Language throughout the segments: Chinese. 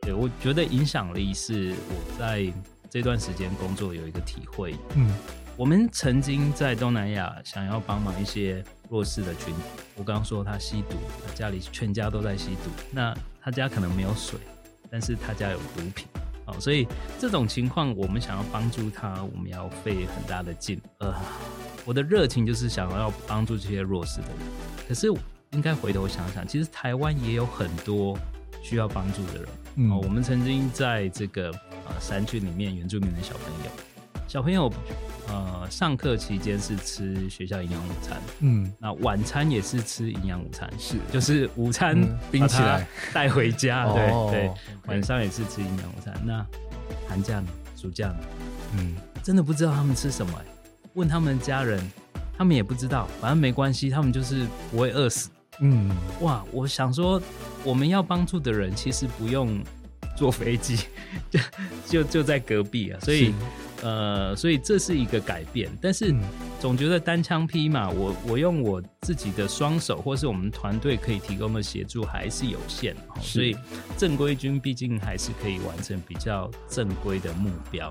对，我觉得影响力是我在这段时间工作有一个体会。我们曾经在东南亚想要帮忙一些弱势的群体，我刚刚说他吸毒，他家里全家都在吸毒，那他家可能没有水，但是他家有毒品，所以这种情况我们想要帮助他，我们要费很大的劲。我的热情就是想要帮助这些弱势的人，可是应该回头想想，其实台湾也有很多需要帮助的人。我们曾经在这个山区里面，原住民的小朋友上课期间是吃学校营养午餐，那晚餐也是吃营养午餐，是就是午餐冰起来带回家，对，晚上也是吃营养午餐。那寒假呢？暑假呢？真的不知道他们吃什么，问他们家人，他们也不知道，反正没关系，他们就是不会饿死。哇，我想说，我们要帮助的人其实不用坐飞机，就在隔壁啊，所以这是一个改变。但是总觉得单枪匹马，我用我自己的双手，或是我们团队可以提供的协助还是有限，所以正规军毕竟还是可以完成比较正规的目标。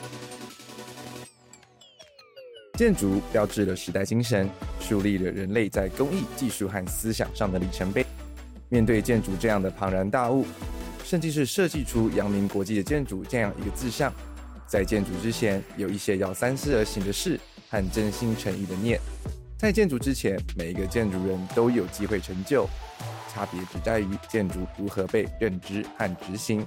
建筑标志了时代精神，树立了人类在工艺、技术和思想上的里程碑。面对建筑这样的庞然大物，甚至是设计出扬名国际的建筑这样一个志向，在建筑之前有一些要三思而行的事和真心诚意的念。在建筑之前，每一个建筑人都有机会成就，差别只在于建筑如何被认知和执行。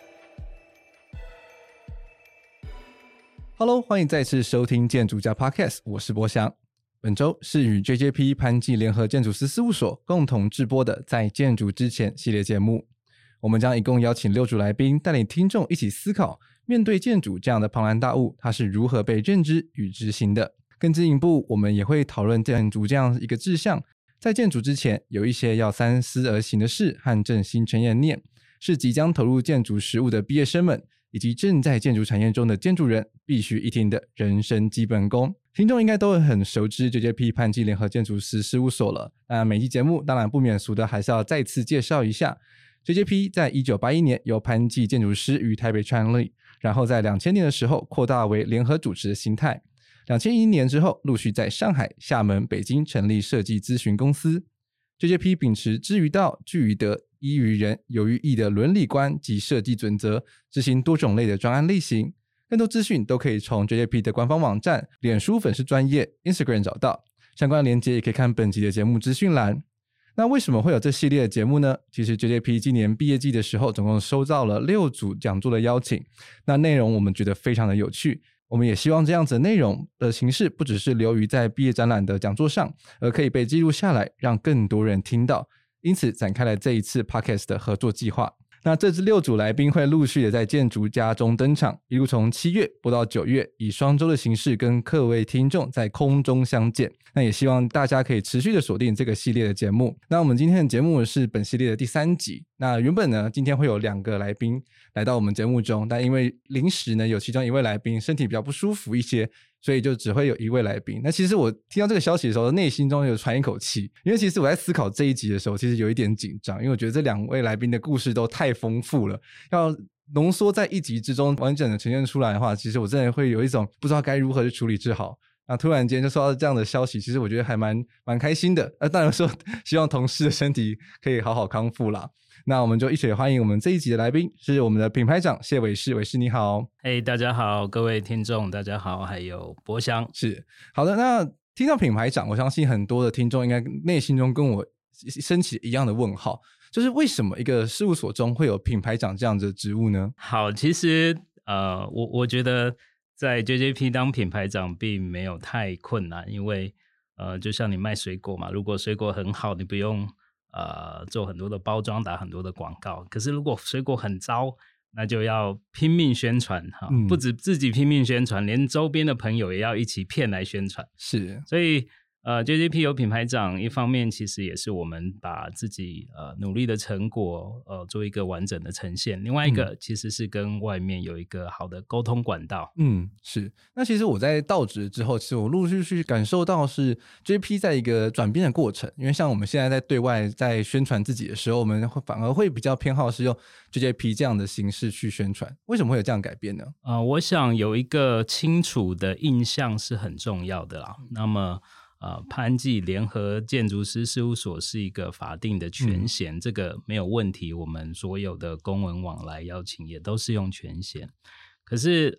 Hello， 欢迎再次收听建筑家 Podcast， 我是博翔。本周是与 JJP 潘记联合建筑师事务所共同制播的在建筑之前系列节目。我们将一共邀请6组来宾，带领听众一起思考，面对建筑这样的庞然大物，它是如何被认知与执行的。更进一步，我们也会讨论建筑这样一个志向，在建筑之前有一些要三思而行的事和正心诚意的念，是即将投入建筑实务的毕业生们以及正在建筑产业中的建筑人必须一听的人生基本功。听众应该都很熟知 JJP 潘记联合建筑师事务所了，那每期节目当然不免俗的还是要再次介绍一下。JJP 在1981年由潘记建筑师于台北创立，然后在2000年的时候扩大为联合主持的形态。2010年之后，陆续在上海、厦门、北京成立设计咨询公司。JJP 秉持知于道、据于德、依于人、有于义的伦理观及设计准则，执行多种类的专案类型。更多资讯都可以从 JJP 的官方网站、脸书粉丝专页、Instagram 找到，相关连结也可以看本集的节目资讯栏。那为什么会有这系列的节目呢？其实 JJP 今年毕业季的时候总共收到了6组讲座的邀请，那内容我们觉得非常的有趣，我们也希望这样子的内容的形式不只是留于在毕业展览的讲座上，而可以被记录下来，让更多人听到，因此展开了这一次 Podcast 的合作计划。那这支6组来宾会陆续的在建筑家中登场，一路从7月播到9月，以双周的形式跟各位听众在空中相见。那也希望大家可以持续的锁定这个系列的节目。那我们今天的节目是本系列的第3集。那原本呢，今天会有2个来宾来到我们节目中，但因为临时呢有其中一位来宾身体比较不舒服一些，所以就只会有1位来宾。那其实我听到这个消息的时候，内心中有喘一口气，因为其实我在思考这一集的时候，其实有一点紧张，因为我觉得这2位来宾的故事都太丰富了，要浓缩在一集之中完整的呈现出来的话，其实我真的会有一种不知道该如何去处理治好。那突然间就收到这样的消息，其实我觉得还蛮开心的。当然说希望同事的身体可以好好康复啦。那我们就一起欢迎我们这一集的来宾，是我们的品牌长谢伟士。伟士你好。 大家好，各位听众大家好，还有博翔。 是好的。那听到品牌长，我相信很多的听众应该内心中跟我升起一样的问号，就是为什么一个事务所中会有品牌长这样的职务呢？ 好，其实我觉得在 JJP 当品牌长并没有太困难，因为就像你卖水果嘛，如果水果很好，你不用做很多的包装，打很多的广告。可是如果水果很糟，那就要拼命宣传不止自己拼命宣传，连周边的朋友也要一起骗来宣传。 是， 所以 JJP 有品牌长，一方面其实也是我们把自己努力的成果做一个完整的呈现，另外一个其实是跟外面有一个好的沟通管道。 是。那其实我在到职之后，其实我陆续去感受到是 JJP 在一个转变的过程，因为像我们现在在对外在宣传自己的时候，我们反而会比较偏好是用 JJP 这样的形式去宣传。为什么会有这样改变呢？ 我想有一个清楚的印象是很重要的啦。那么潘记联合建筑师事务所是一个法定的权衔，这个没有问题，我们所有的公文往来邀请也都是用权衔。可是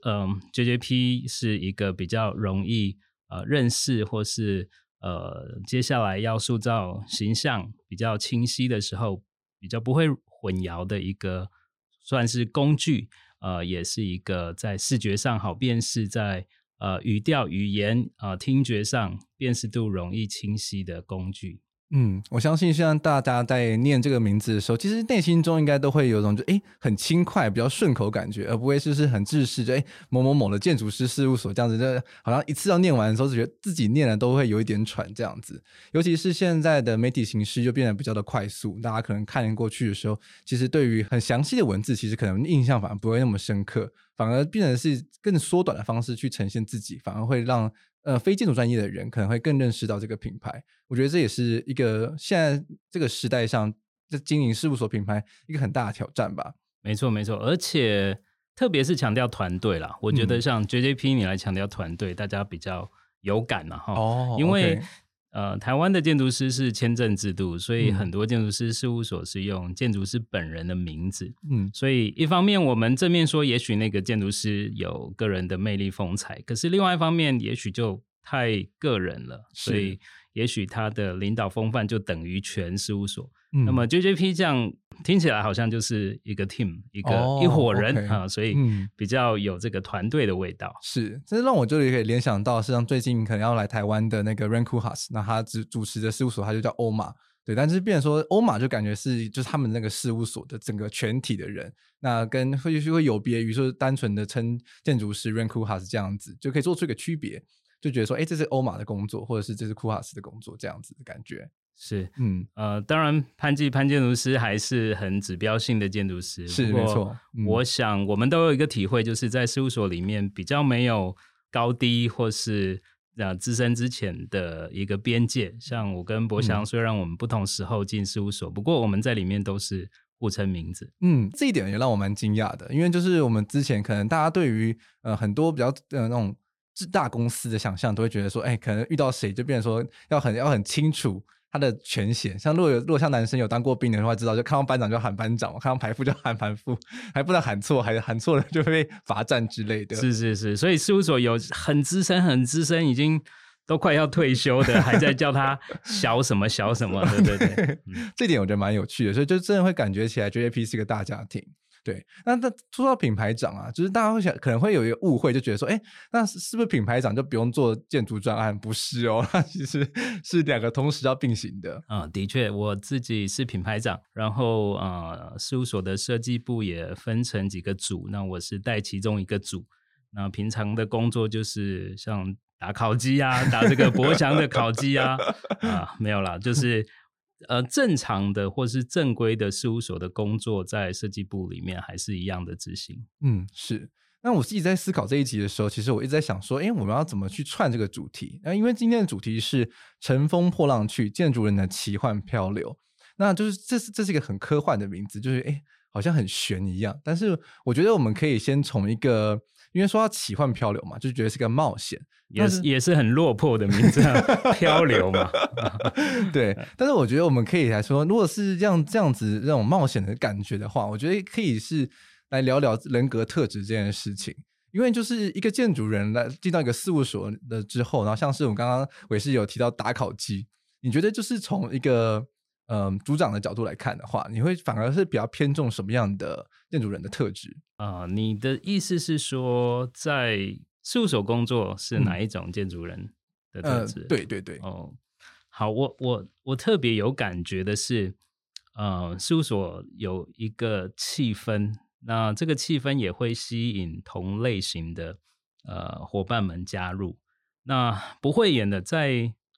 JJP 是一个比较容易认识，或是接下来要塑造形象比较清晰的时候比较不会混淆的一个算是工具，也是一个在视觉上好辨识，在语调、语言听觉上辨识度容易清晰的工具。 我相信像大家在念这个名字的时候，其实内心中应该都会有一种很轻快比较顺口感觉，而不会就是很制式就某某某的建筑师事务所这样子，就好像一次要念完的时候就觉得自己念了都会有一点喘这样子。尤其是现在的媒体形式就变得比较的快速，大家可能看过去的时候，其实对于很详细的文字其实可能印象反而不会那么深刻，反而变成是更缩短的方式去呈现自己，反而会让非建筑专业的人可能会更认识到这个品牌。我觉得这也是一个现在这个时代上在经营事务所品牌一个很大的挑战吧。 没错没错，而且特别是强调团队啦，我觉得像 JJP 你来强调团队，大家比较有感啦因为台湾的建筑师是签证制度，所以很多建筑师事务所是用建筑师本人的名字，所以一方面我们正面说也许那个建筑师有个人的魅力风采，可是另外一方面也许就太个人了，所以也许他的领导风范就等于全事务所。那么 JJP 这样听起来好像就是一个 team， 一伙人所以比较有这个团队的味道。 是，这让我就可以联想到是像最近可能要来台湾的那个 Rem Koolhaas， 那他主持的事务所他就叫欧玛，对，但是变成说欧玛就感觉是就是他们那个事务所的整个全体的人，那跟会有别于说单纯的称建筑师 Rem Koolhaas 这样子，就可以做出一个区别，就觉得说这是欧玛的工作，或者是这是 Koolhaas 的工作这样子的感觉。 是当然潘建筑师还是很指标性的建筑师， 是没错。 我想我们都有一个体会，就是在事务所里面比较没有高低或是资深之前的一个边界，像我跟博翔虽然我们不同时候进事务所，不过我们在里面都是互称名字。 这一点也让我蛮惊讶的，因为就是我们之前可能大家对于很多比较那种大公司的想象都会觉得说可能遇到谁就变成说要很清楚他的权限，像如果像男生有当过兵的话知道，就看到班长就喊班长，看到排副就喊排副，还不能喊错，还喊错了就会被罚站之类的。 是，所以事务所有很资深已经都快要退休的还在叫他小什么小什么对这点我觉得蛮有趣的，所以就真的会感觉起来 JJP 是一个大家庭。对，那说到品牌长就是大家会可能会有一个误会，就觉得说那是不是品牌长就不用做建筑专案？不是那其实是两个同时要并行的。 的确我自己是品牌长，然后事务所的设计部也分成几个组，那我是带其中一个组，那平常的工作就是像打烤鸡打这个博翔的烤鸡没有啦，就是正常的或是正规的事务所的工作在设计部里面还是一样的执行。 是。那我自己在思考这一集的时候，其实我一直在想说我们要怎么去串这个主题。那因为今天的主题是乘风破浪去，建筑人的奇幻漂流，那就是这是一个很科幻的名字，就是好像很玄一样，但是我觉得我们可以先从一个，因为说到奇幻漂流嘛，就觉得是个冒险， 也是很落魄的名字漂流嘛对，但是我觉得我们可以来说，如果是这样子这种冒险的感觉的话，我觉得可以是来聊聊人格特质这件事情。因为就是一个建筑人来进到一个事务所的之后，然后像是我们刚刚伟士有提到打烤机，你觉得就是从一个组长的角度来看的话，你会反而是比较偏重什么样的建筑人的特质？ 你的意思是说在事务所工作是哪一种建筑人的特质？ 对好，我特别有感觉的是事务所有一个气氛，那这个气氛也会吸引同类型的伙伴们加入。那不会演的在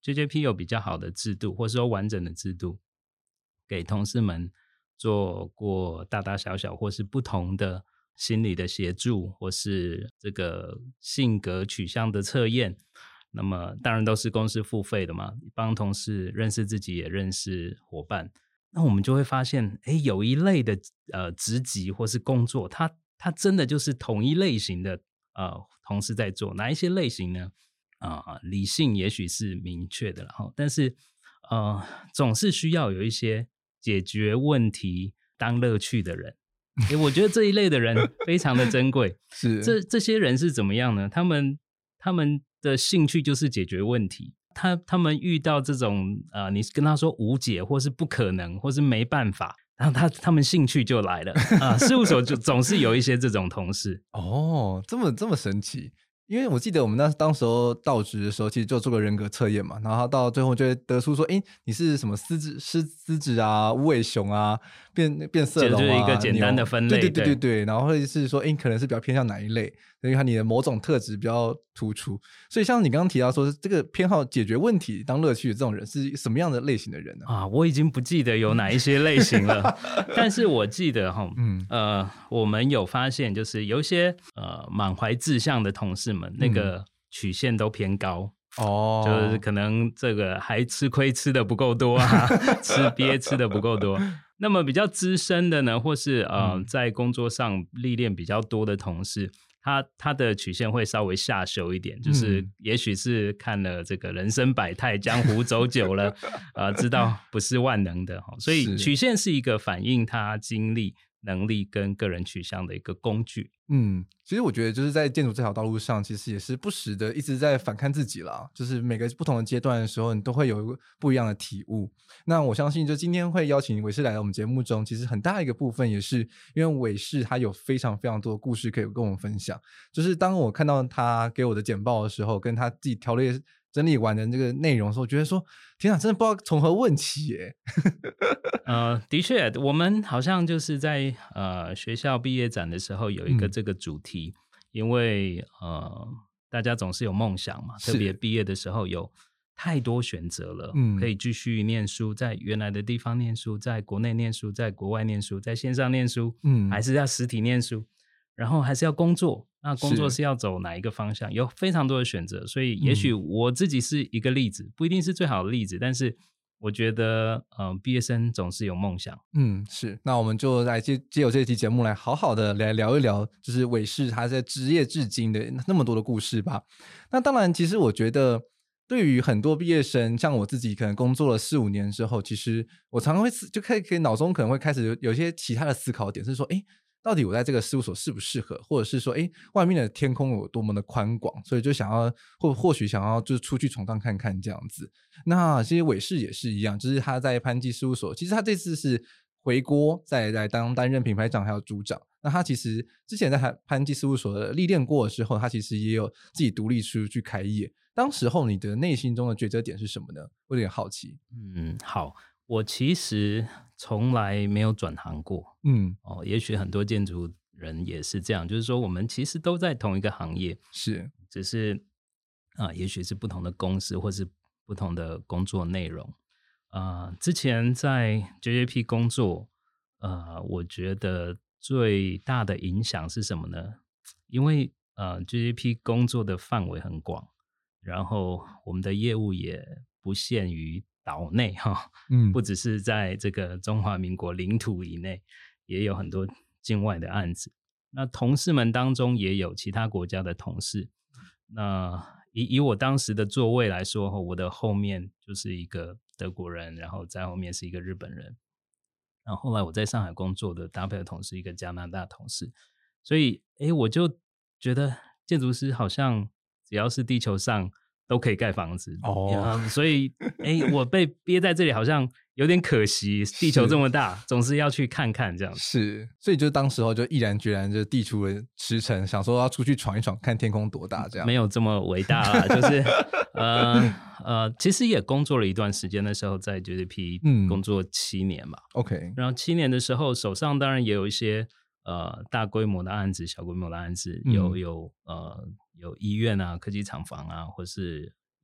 JJP 有比较好的制度，或是说完整的制度，给同事们做过大大小小或是不同的心理的协助，或是这个性格取向的测验。那么当然都是公司付费的嘛，帮同事认识自己，也认识伙伴。那我们就会发现，有一类的职级或是工作，它真的就是同一类型的同事在做。哪一些类型呢？理性也许是明确的，但是总是需要有一些解决问题当乐趣的人。我觉得这一类的人非常的珍贵。 是这些人是怎么样呢？他们的兴趣就是解决问题。他们遇到这种你跟他说无解或是不可能或是没办法，然后他们兴趣就来了事务所就总是有一些这种同事。 哦，这么神奇。因为我记得我们当时候到职的时候，其实就做个人格测验嘛，然后到最后就会得出说，你是什么狮子啊、无尾熊啊、变色龙啊， 就是一个简单的分类。 对，然后或者是说，可能是比较偏向哪一类，因为你的某种特质比较突出。所以像你刚刚提到说，这个偏好解决问题当乐趣的这种人是什么样的类型的人呢？ 我已经不记得有哪一些类型了，但是我记得我们有发现，就是有一些满怀志向的同事们，那个曲线都偏高。就是可能这个还吃亏吃的不够多啊，吃瘪吃的不够多。那么比较资深的呢，或是在工作上历练比较多的同事，他的曲线会稍微下修一点，就是也许是看了这个人生百态，江湖走久了知道不是万能的。所以曲线是一个反映他经历能力跟个人取向的一个工具。 其实我觉得就是在建筑这条道路上，其实也是不时的一直在反看自己啦，就是每个不同的阶段的时候，你都会有不一样的体悟。那我相信就今天会邀请伟士来到我们节目中，其实很大一个部分也是因为伟士他有非常非常多的故事可以跟我们分享。就是当我看到他给我的简报的时候，跟他自己条列整理完的这个内容的时候，我觉得说天啊，真的不知道从何问起耶。 的确我们好像就是在学校毕业展的时候有一个这个主题，因为大家总是有梦想嘛，特别毕业的时候有太多选择了，可以继续念书，在原来的地方念书，在国内念书，在国外念书，在线上念书，还是要实体念书，然后还是要工作。那工作是要走哪一个方向，有非常多的选择。所以也许我自己是一个例子，不一定是最好的例子，但是我觉得毕业生总是有梦想。 是。那我们就来借由这期节目来好好的来聊一聊，就是伟士他在职业至今的那么多的故事吧。那当然其实我觉得对于很多毕业生，像我自己可能工作了4-5年之后，其实我常常会就可以脑中可能会开始有一些其他的思考点，是说到底我在这个事务所适不适合，或者是说外面的天空有多么的宽广，所以就想要或许想要就是出去闯荡看看这样子。那其实伟士也是一样，就是他在潘记事务所，其实他这次是回国再来担任品牌长还有组长。那他其实之前在潘记事务所历练过之后，他其实也有自己独立出去开业。当时候你的内心中的抉择点是什么呢？我有点好奇。 好，我其实从来没有转行过。也许很多建筑人也是这样，就是说我们其实都在同一个行业， 是， 只是也许是不同的公司或是不同的工作内容。之前在 JJP 工作，我觉得最大的影响是什么呢？因为JJP 工作的范围很广，然后我们的业务也不限于岛内不只是在这个中华民国领土以内，也有很多境外的案子。那同事们当中也有其他国家的同事。那以我当时的座位来说，我的后面就是一个德国人，然后在后面是一个日本人。然后后来我在上海工作的搭配的同事一个加拿大同事。所以我就觉得建筑师好像只要是地球上都可以盖房子。所以我被憋在这里好像有点可惜，地球这么大，总是要去看看这样子。 是，所以就当时候就毅然决然就递出了辞呈，想说要出去闯一闯，看天空多大这样。 没有这么伟大啦，就是其实也工作了一段时间的时候，在 JJP 工作7年吧。 OK， 然后7年的时候，手上当然也有一些大规模的案子、小规模的案子，有医院啊、科技厂房啊，或是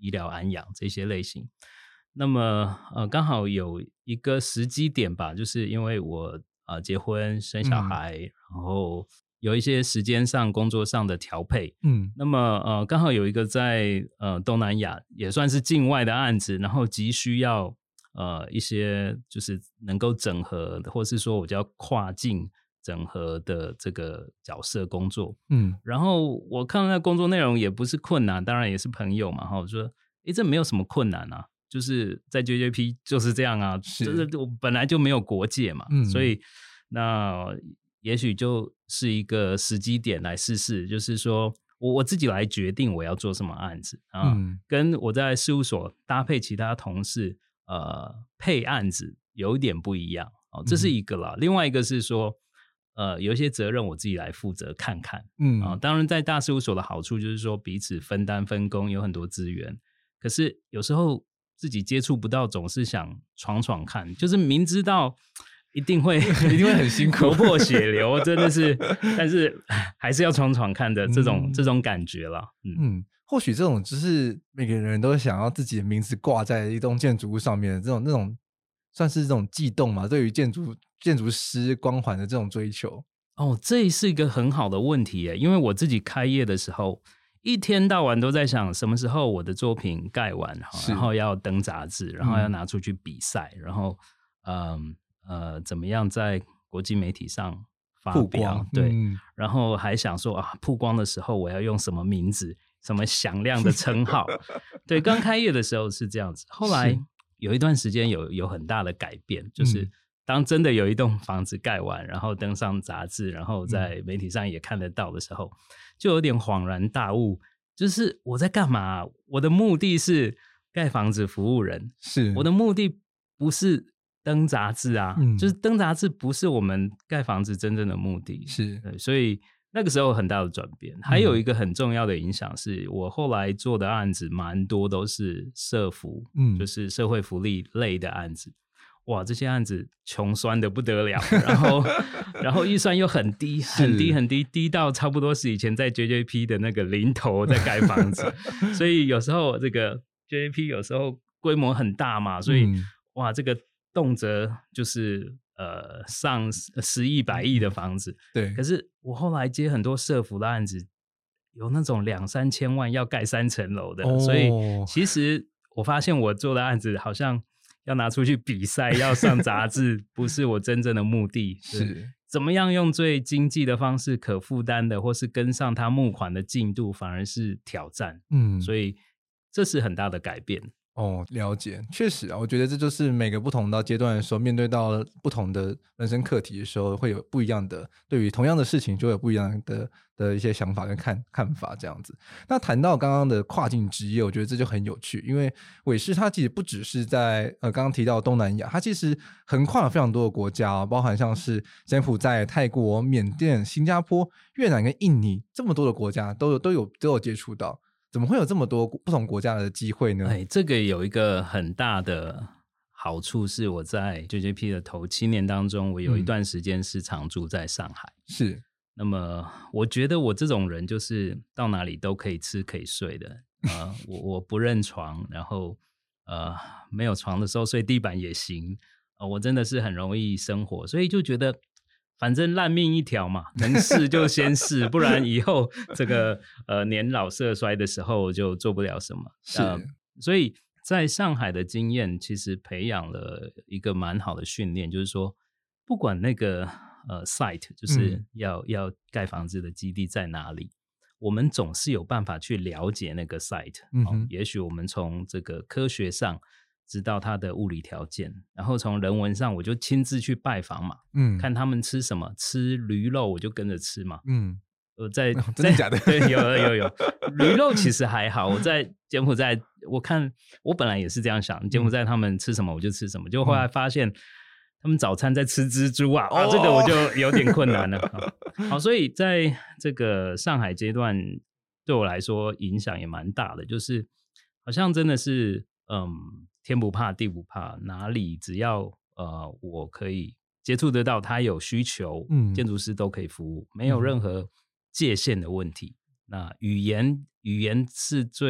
医疗安养这些类型。那么刚好有一个时机点吧，就是因为我结婚生小孩，然后有一些时间上工作上的调配，那么刚好有一个在东南亚也算是境外的案子，然后急需要一些就是能够整合，或是说我叫跨境整合的这个角色工作，然后我看到那工作内容也不是困难，当然也是朋友嘛，我说这没有什么困难啊，就是在 JJP 就是这样啊，就是我本来就没有国界嘛，所以那也许就是一个时机点来试试，就是说我自己来决定我要做什么案子啊，跟我在事务所搭配其他同事配案子有一点不一样，这是一个啦。另外一个是说有一些责任我自己来负责看看，当然在大事务所的好处就是说彼此分担分工，有很多资源，可是有时候自己接触不到，总是想闯闯看，就是明知道一定会很辛苦， 头破血流，真的是，但是还是要闯闯看的这种感觉啦。 或许这种就是每个人都想要自己的名字挂在一栋建筑物上面的那种算是这种悸动嘛，对于建筑师光环的这种追求。 这是一个很好的问题耶，因为我自己开业的时候一天到晚都在想什么时候我的作品盖完，然后要登杂志，然后要拿出去比赛，然后怎么样在国际媒体上发表，对，然后还想说曝光的时候我要用什么名字，什么响亮的称号对，刚开业的时候是这样子，后来有一段时间有很大的改变，就是当真的有一栋房子盖完，然后登上杂志，然后在媒体上也看得到的时候，就有点恍然大悟，就是我在干嘛？我的目的是盖房子服务人，是我的目的不是登杂志啊，就是登杂志不是我们盖房子真正的目的，是，所以那个时候很大的转变。还有一个很重要的影响是我后来做的案子蛮多都是社福，就是社会福利类的案子。哇，这些案子穷酸的不得了，然后预算又很低很低很低，低到差不多是以前在 JJP 的那个零头在盖房子所以有时候这个 JJP 有时候规模很大嘛，所以哇，这个动辄就是上10亿100亿的房子，对。可是我后来接很多社福的案子，有那种2-3千万要盖3层楼的，所以其实我发现我做的案子好像要拿出去比赛，要上杂志不是我真正的目的，是怎么样用最经济的方式，可负担的，或是跟上他募款的进度，反而是挑战。所以这是很大的改变。 了解，确实啊，我觉得这就是每个不同的阶段的时候，面对到不同的人生课题的时候，会有不一样的，对于同样的事情就有不一样的一些想法跟看法这样子。那谈到刚刚的跨境职业，我觉得这就很有趣，因为伟仕他其实不只是在刚刚提到东南亚，他其实横跨了非常多的国家，包含像是柬埔寨、泰国、缅甸、新加坡、越南跟印尼这么多的国家都有接触到。怎么会有这么多不同国家的机会呢？ 这个有一个很大的好处是，我在 JJP 的头7年当中，我有一段时间是常住在上海。是，那么我觉得我这种人就是到哪里都可以吃可以睡的，我不认床，然后没有床的时候睡地板也行，我真的是很容易生活，所以就觉得反正烂命一条嘛，能试就先试不然以后这个年老色衰的时候就做不了什么。是，所以在上海的经验其实培养了一个蛮好的训练，就是说不管那个site 就是要盖房子的基地在哪里，我们总是有办法去了解那个 site。也许我们从这个科学上知道它的物理条件，然后从人文上我就亲自去拜访嘛，看他们吃什么，吃驴肉我就跟着吃嘛。 真的假的？ 对，有驴肉其实还好，我在柬埔寨我看我本来也是这样想，柬埔寨他们吃什么我就吃什么，就后来发现他们早餐在吃蜘蛛啊，这个我就有点困难了。好，所以在这个上海阶段对我来说影响也蛮大的，就是好像真的是天不怕地不怕，哪里只要我可以接触得到他有需求，建筑师都可以服务，没有任何界限的问题。那语言是最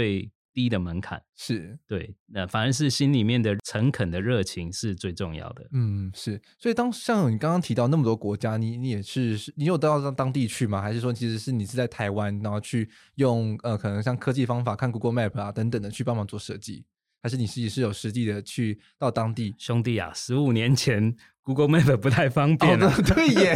低的门槛， 是对，反而是心里面的诚恳的热情是最重要的。 是。所以像你刚刚提到那么多国家，你也是你有到当地去吗？还是说其实你是在台湾，然后去用可能像科技方法看 Google Map 啊等等的去帮忙做设计？还是你自己是有实际的去到当地？ 兄弟啊，15年前 Google Map 不太方便啊。 对耶。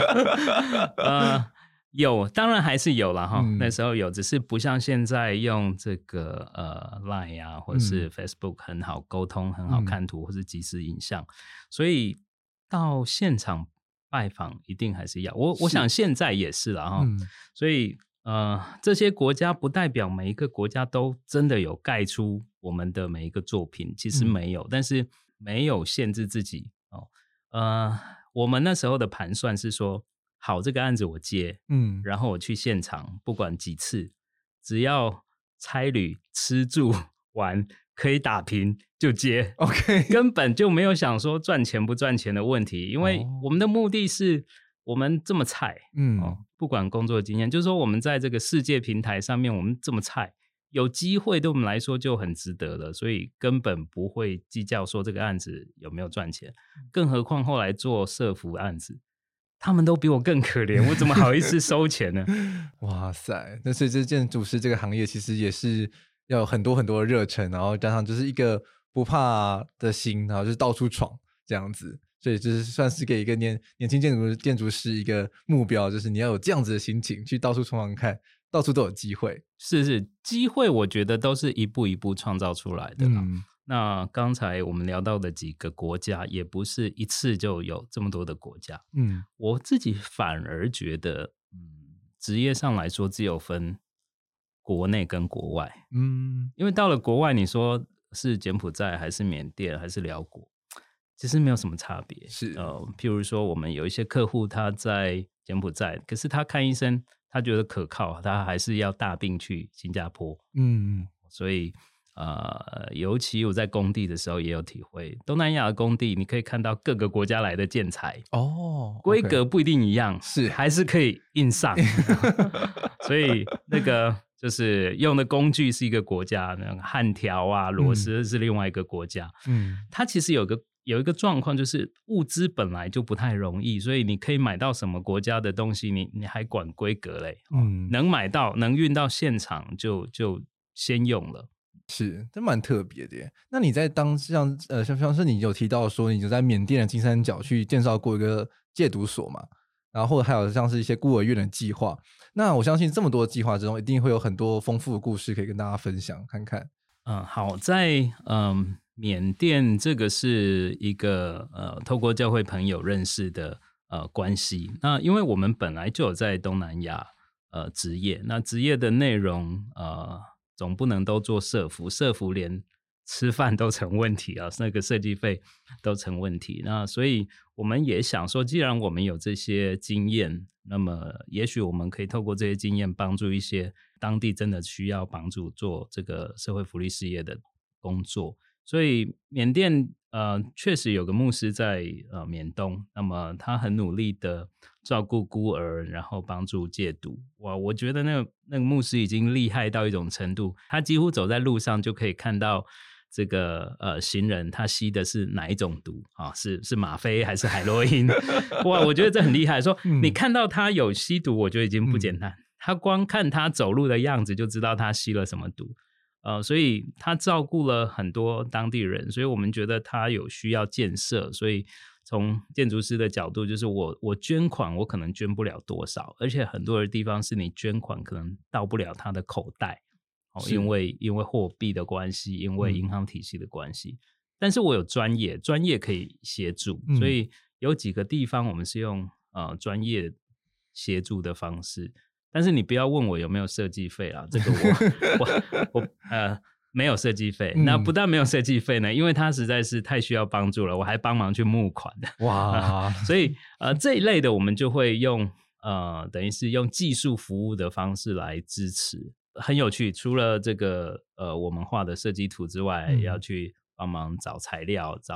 有，当然还是有啦齁，那时候有，只是不像现在用这个Line 啊或者是 Facebook 很好沟通，很好看图或是即时影像，所以到现场拜访一定还是要，我想现在也是啦齁，所以这些国家不代表每一个国家都真的有盖出我们的每一个作品，其实没有，但是没有限制自己我们那时候的盘算是说，好，这个案子我接，然后我去现场，不管几次，只要差旅、吃住、玩可以打平就接 ，OK， 根本就没有想说赚钱不赚钱的问题，因为我们的目的是我们这么菜，不管工作经验，就是说我们在这个世界平台上面，我们这么菜，有机会对我们来说就很值得了，所以根本不会计较说这个案子有没有赚钱，更何况后来做社服案子，他们都比我更可怜，我怎么好意思收钱呢？ 哇塞，那所以这建筑师这个行业其实也是要有很多很多的热忱，然后加上就是一个不怕的心，然后就是到处闯这样子，所以就是算是给一个年轻建筑师一个目标，就是你要有这样子的心情去到处闯闯看，到处都有机会。 是，机会我觉得都是一步一步创造出来的啦。那刚才我们聊到的几个国家，也不是一次就有这么多的国家。我自己反而觉得，职业上来说，只有分国内跟国外。因为到了国外，你说是柬埔寨还是缅甸还是辽国，其实没有什么差别。 是譬如说，我们有一些客户他在柬埔寨，可是他看医生，他觉得可靠，他还是要大病去新加坡。所以尤其我在工地的时候也有体会，东南亚的工地你可以看到各个国家来的建材规格不一定一样， 是还是可以硬上所以那个就是用的工具是一个国家，那个焊条啊螺丝是另外一个国家。它其实有一个状况，就是物资本来就不太容易，所以你可以买到什么国家的东西，你还管规格嘞。能买到能运到现场就先用了。 是，这蛮特别的耶。那你在像是你有提到说，你就在缅甸的金三角去介绍过一个戒毒所嘛，然后还有像是一些孤儿院的计划。那我相信这么多计划之中，一定会有很多丰富的故事可以跟大家分享看看。 好，在缅甸这个是一个透过教会朋友认识的关系。那因为我们本来就有在东南亚职业，那职业的内容总不能都做社服连吃饭都成问题啊，那个设计费都成问题。那所以我们也想说，既然我们有这些经验，那么也许我们可以透过这些经验帮助一些当地真的需要帮助做这个社会福利事业的工作。所以缅甸确实有个牧师在缅东，那么他很努力的照顾孤儿，然后帮助戒毒。哇，我觉得那个牧师已经厉害到一种程度，他几乎走在路上就可以看到这个行人他吸的是哪一种毒啊？是吗啡还是海洛因？哇，我觉得这很厉害。说你看到他有吸毒，我觉得已经不简单。他光看他走路的样子就知道他吸了什么毒。所以他照顾了很多当地人，所以我们觉得他有需要建设，所以从建筑师的角度，就是我捐款我可能捐不了多少，而且很多的地方是你捐款可能到不了他的口袋，因为货币的关系，因为银行体系的关系，但是我有专业可以协助，所以有几个地方我们是用专业协助的方式。但是你不要问我有没有设计费啦，这个我没有设计费。那不但没有设计费呢，因为他实在是太需要帮助了，我还帮忙去募款的。哇，所以这一类的我们就会用等于是用技术服务的方式来支持，很有趣。除了这个我们画的设计图之外，要去帮忙找材料、找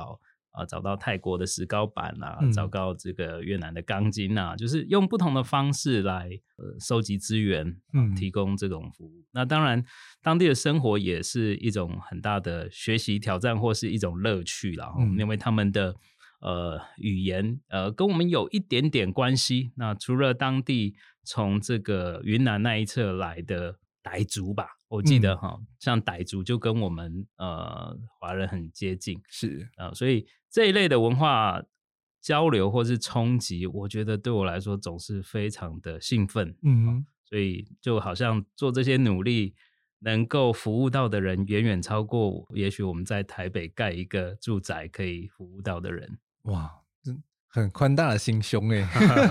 找到泰国的石膏板啊，找到这个越南的钢筋啊，就是用不同的方式来收集资源，提供这种服务。那当然当地的生活也是一种很大的学习挑战或是一种乐趣啦，因为他们的语言跟我们有一点点关系。那除了当地从这个云南那一侧来的傣族吧，我记得像傣族就跟我们华人很接近， 是所以这一类的文化交流或是冲击，我觉得对我来说总是非常的兴奋。所以就好像做这些努力能够服务到的人远远超过也许我们在台北盖一个住宅可以服务到的人。 哇，很宽大的心胸耶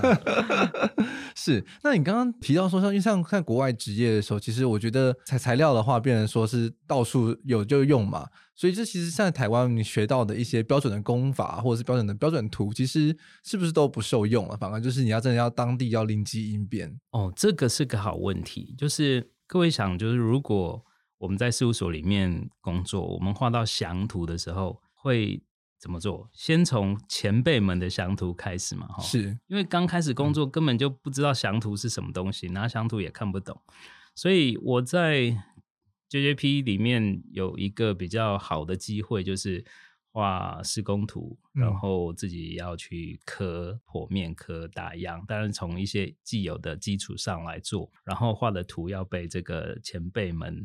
是，那你刚刚提到说像看国外职业的时候，其实我觉得材料的话变成说是到处有就用嘛，所以这其实像在台湾你学到的一些标准的工法或者是标准图，其实是不是都不受用了，反而就是你要真的要当地要灵机应变。 这个是个好问题，就是各位想，就是如果我们在事务所里面工作，我们画到详图的时候会怎么做？先从前辈们的详图开始嘛， 是因为刚开始工作根本就不知道详图是什么东西，拿详图也看不懂，所以我在 JJP 里面有一个比较好的机会，就是画施工图，然后自己要去刻剖面、刻打样，当然从一些既有的基础上来做，然后画的图要被这个前辈们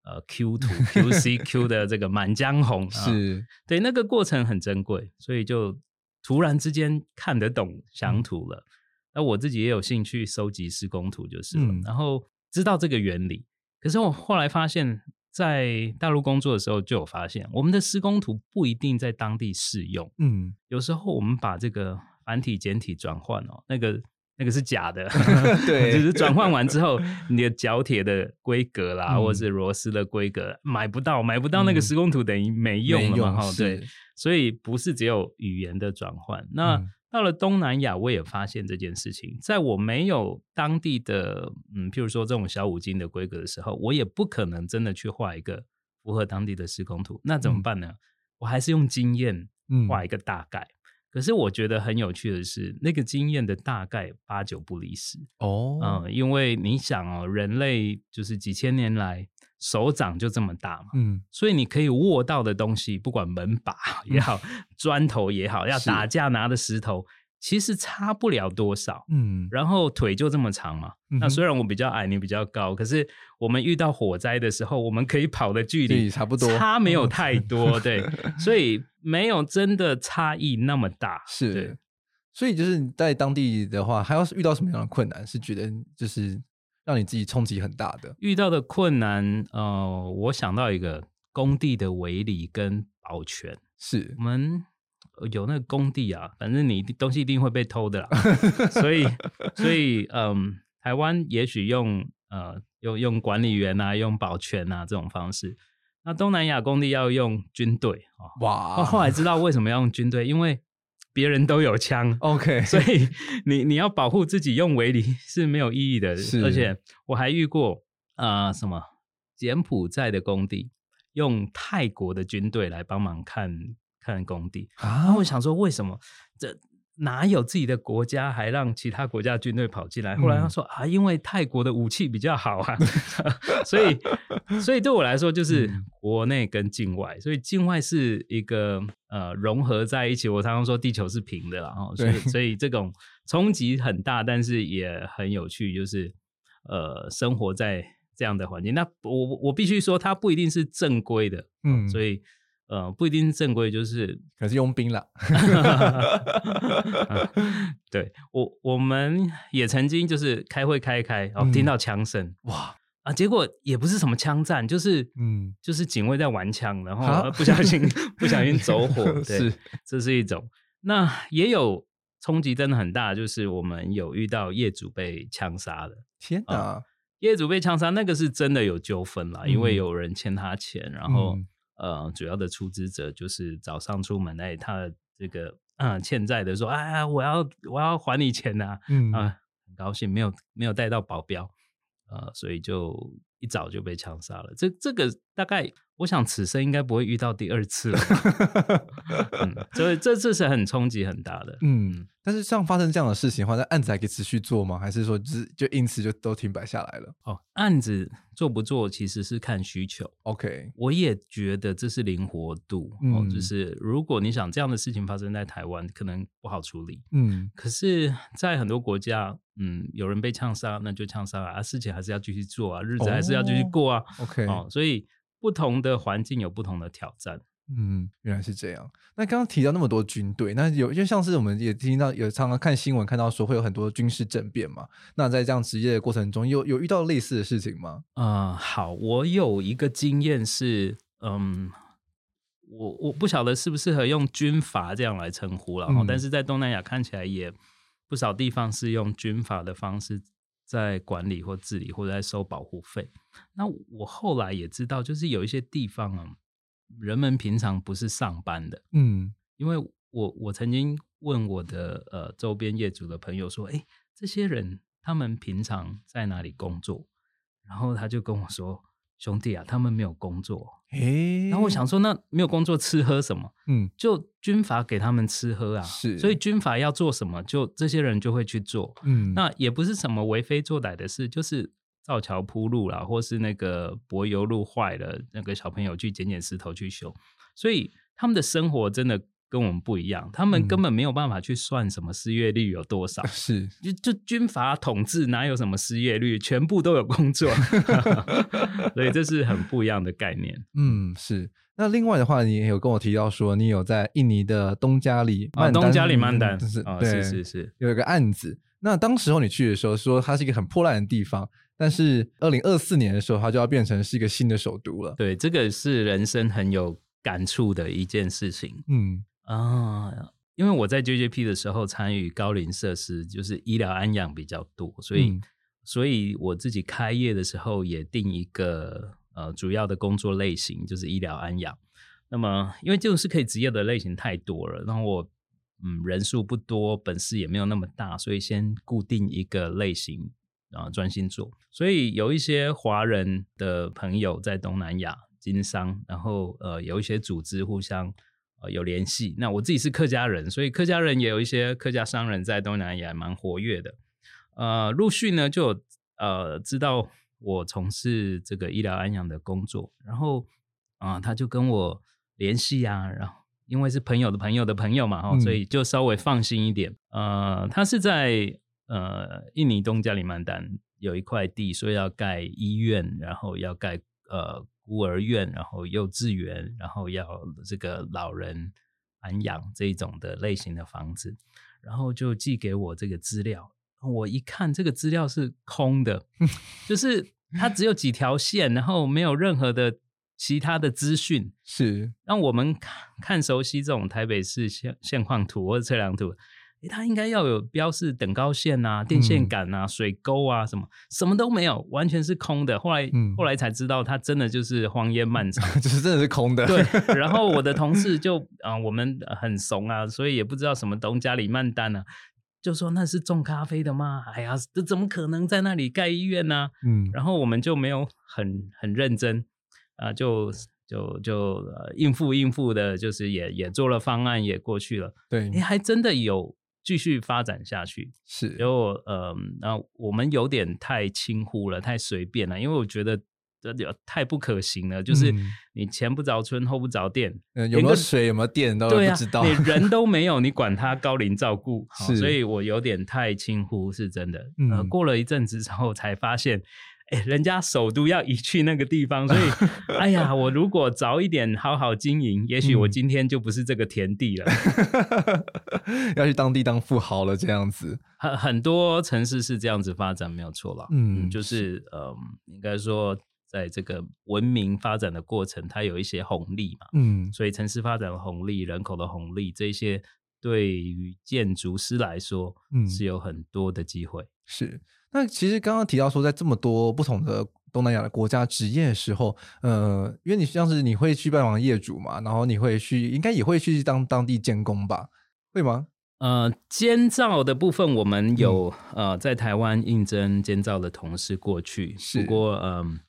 Q 图 QCQ 的这个满江红是对，那个过程很珍贵，所以就突然之间看得懂详图了。那我自己也有兴趣收集施工图就是了，然后知道这个原理。可是我后来发现在大陆工作的时候就有发现，我们的施工图不一定在当地适用。有时候我们把这个繁体简体转换那个是假的对， 就是转换完之后你的角铁的规格啦，或是螺丝的规格买不到那个施工图等于没用了嘛，对，所以不是只有语言的转换。那到了东南亚我也发现这件事情，在我没有当地的譬如说这种小五金的规格的时候，我也不可能真的去画一个符合当地的施工图，那怎么办呢？我还是用经验画一个大概。可是我觉得很有趣的是，那个经验的大概8、9不离十因为你想人类就是几千年来手掌就这么大嘛，所以你可以握到的东西，不管门把也好，砖头也好，要打架拿的石头，其实差不了多少。然后腿就这么长嘛，那虽然我比较矮你比较高，可是我们遇到火灾的时候，我们可以跑的距离差不多， 差没有太多对，所以没有真的差异那么大。 是对， 所以就是在当地的话还要遇到什么样的困难是觉得就是让你自己冲击很大的？ 遇到的困难我想到一个工地的围篱跟保全。是我们有那个工地啊，反正你东西一定会被偷的啦所以台湾也许用管理员啊，用保全啊这种方式，那东南亚工地要用军队哇！后来知道为什么要用军队，因为别人都有枪 OK， 所以你要保护自己用围篱是没有意义的。而且我还遇过什么柬埔寨的工地用泰国的军队来帮忙看工地然后我想说为什么这哪有自己的国家还让其他国家军队跑进来？后来他说因为泰国的武器比较好啊所以对我来说就是国内跟境外，所以境外是一个融合在一起。我常常说地球是平的啦，所以这种冲击很大，但是也很有趣，就是生活在这样的环境。那我必须说它不一定是正规的所以不一定是正规，就是可是佣兵啦对，我们也曾经就是开会开听到枪声哇结果也不是什么枪战，就是警卫在玩枪，然后不小心走火对，这是一种。那也有冲击真的很大，就是我们有遇到业主被枪杀的。 天哪业主被枪杀那个是真的有纠纷啦，因为有人欠他钱，然后主要的出资者就是早上出门他的这个欠债的说我要还你钱啊很高兴没有带到保镖所以就一早就被枪杀了。这个大概我想此生应该不会遇到第二次了。所以这是很冲击很大的。 但是像发生这样的事情的话，那案子还可以持续做吗？还是说就因此就都停摆下来了？ 案子做不做其实是看需求。 OK， 我也觉得这是灵活度。就是如果你想这样的事情发生在台湾，可能不好处理。可是在很多国家，有人被枪杀，那就枪杀啊，事情还是要继续做啊，日子还是要继续过啊。 OK， 所以不同的环境有不同的挑战。 原来是这样。那刚刚提到那么多军队，那就像是我们也听到有常常看新闻看到说会有很多军事政变嘛，那在这样职业的过程中有遇到类似的事情吗？ 好，我有一个经验是我不晓得适不适合用军阀这样来称呼了，但是在东南亚看起来也不少地方是用军阀的方式在管理或治理或者在收保护费。那我后来也知道，就是有一些地方人们平常不是上班的。因为我曾经问我的周边业主的朋友说，这些人他们平常在哪里工作？然后他就跟我说，兄弟啊，他们没有工作。然后我想说，那没有工作吃喝什么？就军阀给他们吃喝啊。是，所以军阀要做什么，就这些人就会去做。那也不是什么为非作歹的事，就是造桥铺路啦，或是那个柏油路坏了，那个小朋友去捡石头去修。所以他们的生活真的跟我们不一样，他们根本没有办法去算什么失业率有多少。是，就军阀统治哪有什么失业率，全部都有工作。所以这是很不一样的概念。 是。那另外的话，你也有跟我提到说你有在印尼的东加里曼丹， 东加里曼丹是有一个案子。那当时候你去的时候说它是一个很破烂的地方，但是2024年的时候它就要变成是一个新的首都了。 对，这个是人生很有感触的一件事情。因为我在 JJP 的时候参与高龄设施，就是医疗安养比较多，所以我自己开业的时候也定一个主要的工作类型就是医疗安养。那么因为就是可以职业的类型太多了，然后我人数不多，本事也没有那么大，所以先固定一个类型专心做。所以有一些华人的朋友在东南亚经商，然后有一些组织互相有联系。那我自己是客家人，所以客家人也有一些客家商人在东南亚蛮活跃的。陆续呢就有知道我从事这个医疗安养的工作，然后他就跟我联系啊，然后因为是朋友的朋友的朋友嘛，所以就稍微放心一点。他是在印尼东加里曼丹有一块地，所以要盖医院，然后要盖孤儿院，然后幼稚园，然后要这个老人安养这一种的类型的房子，然后就寄给我这个资料。我一看这个资料是空的，就是它只有几条线，然后没有任何的其他的资讯，是让我们看熟悉这种台北市现况图或者测量图，它应该要有标示等高线啊、电线杆啊、水沟啊，什么都没有，完全是空的。后来才知道，它真的就是荒烟漫草， 就是真的是空的。 对，然后我的同事就我们很怂啊，所以也不知道什么东加里曼丹啊，就说那是种咖啡的吗？哎呀，这怎么可能在那里盖医院呢？然后我们就没有很认真就应付的，就是也做了方案，也过去了。对，还真的有继续发展下去。是，然后我们有点太轻忽了，太随便了，因为我觉得太不可行了，就是你前不着村后不着店， 有没有水有没有电都不知道， 你人都没有，你管他高龄照顾。所以我有点太轻忽，是真的。过了一阵子之后才发现，人家首都要移去那个地方，所以哎呀，我如果早一点好好经营，也许我今天就不是这个田地了。 要去当地当富豪了，这样子。 很多城市是这样子发展，没有错啦。就是应该说在这个文明发展的过程，它有一些红利嘛。所以城市发展的红利、人口的红利，这些对于建筑师来说是有很多的机会。 是。那其实刚刚提到说，在这么多不同的东南亚的国家职业的时候，因为你像是你会去拜访业主嘛，然后你会去，应该也会去当地监工吧？会吗？ 监造的部分我们有在台湾应征监造的同事过去，不过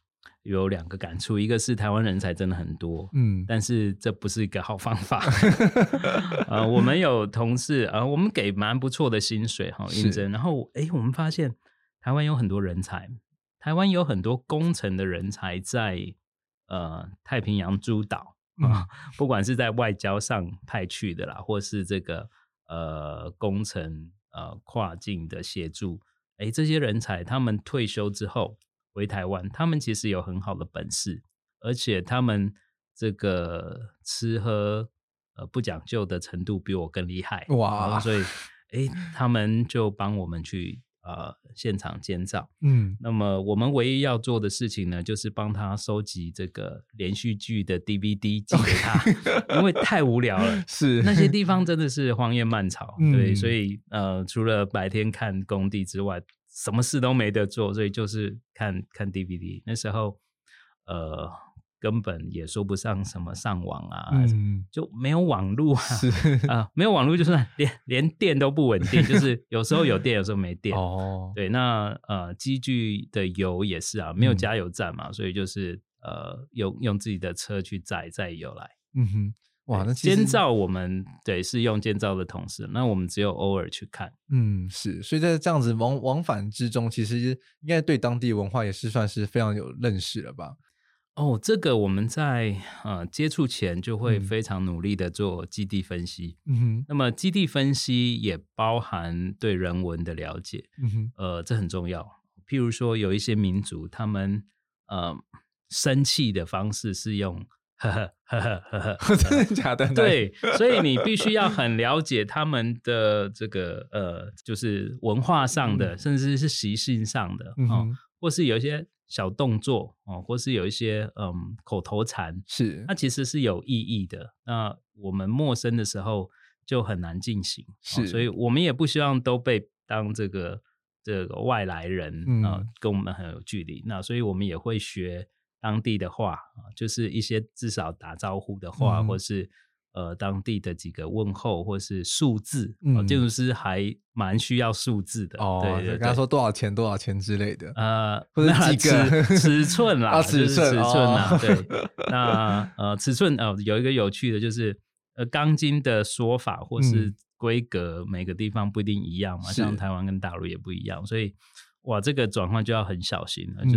有2个感触，一个是台湾人才真的很多，但是这不是一个好方法。我们有同事我们给蛮不错的薪水应征，然后我们发现台湾有很多人才，台湾有很多工程的人才在太平洋诸岛不管是在外交上派去的啦，或是这个工程跨境的协助，这些人才他们退休之后回台湾，他们其实有很好的本事，而且他们这个吃喝不讲究的程度比我更厉害，哇！所以他们就帮我们去现场监造。那么我们唯一要做的事情呢，就是帮他收集这个连续剧的 DVD 寄给他，因为太无聊了。是那些地方真的是荒野漫草，对，所以除了白天看工地之外，什么事都没得做，所以就是看 DVD。那时候根本也说不上什么上网就没有网路没有网路就是连电都不稳定，就是有时候有电有时候没电对，那机具的油也是没有加油站嘛，所以就是用自己的车去载油来。哇，那其实监造我们对是用监造的同事，那我们只有偶尔去看。 是，所以在这样子往返之中，其实应该对当地文化也是算是非常有认识了吧？ 这个我们在接触前就会非常努力的做基地分析。那么基地分析也包含对人文的了解。这很重要。譬如说有一些民族，他们生气的方式是用呵呵呵呵呵呵， 真的假的？ 对，所以你必须要很了解他们的这个就是文化上的，甚至是习性上的或是有一些小动作或是有一些口头禅，是它其实是有意义的。那我们陌生的时候就很难进行，是所以我们也不希望都被当这个外来人跟我们很有距离。那所以我们也会学当地的话，就是一些至少打招呼的话，或是当地的几个问候，或是数字。建筑师还蛮需要数字的。对， 跟他说多少钱之类的。 或者几个尺寸啦，尺寸啦。对，那尺寸有一个有趣的就是钢筋的说法或是规格，每个地方不一定一样嘛，像台湾跟大陆也不一样，所以哇，这个转换就要很小心了，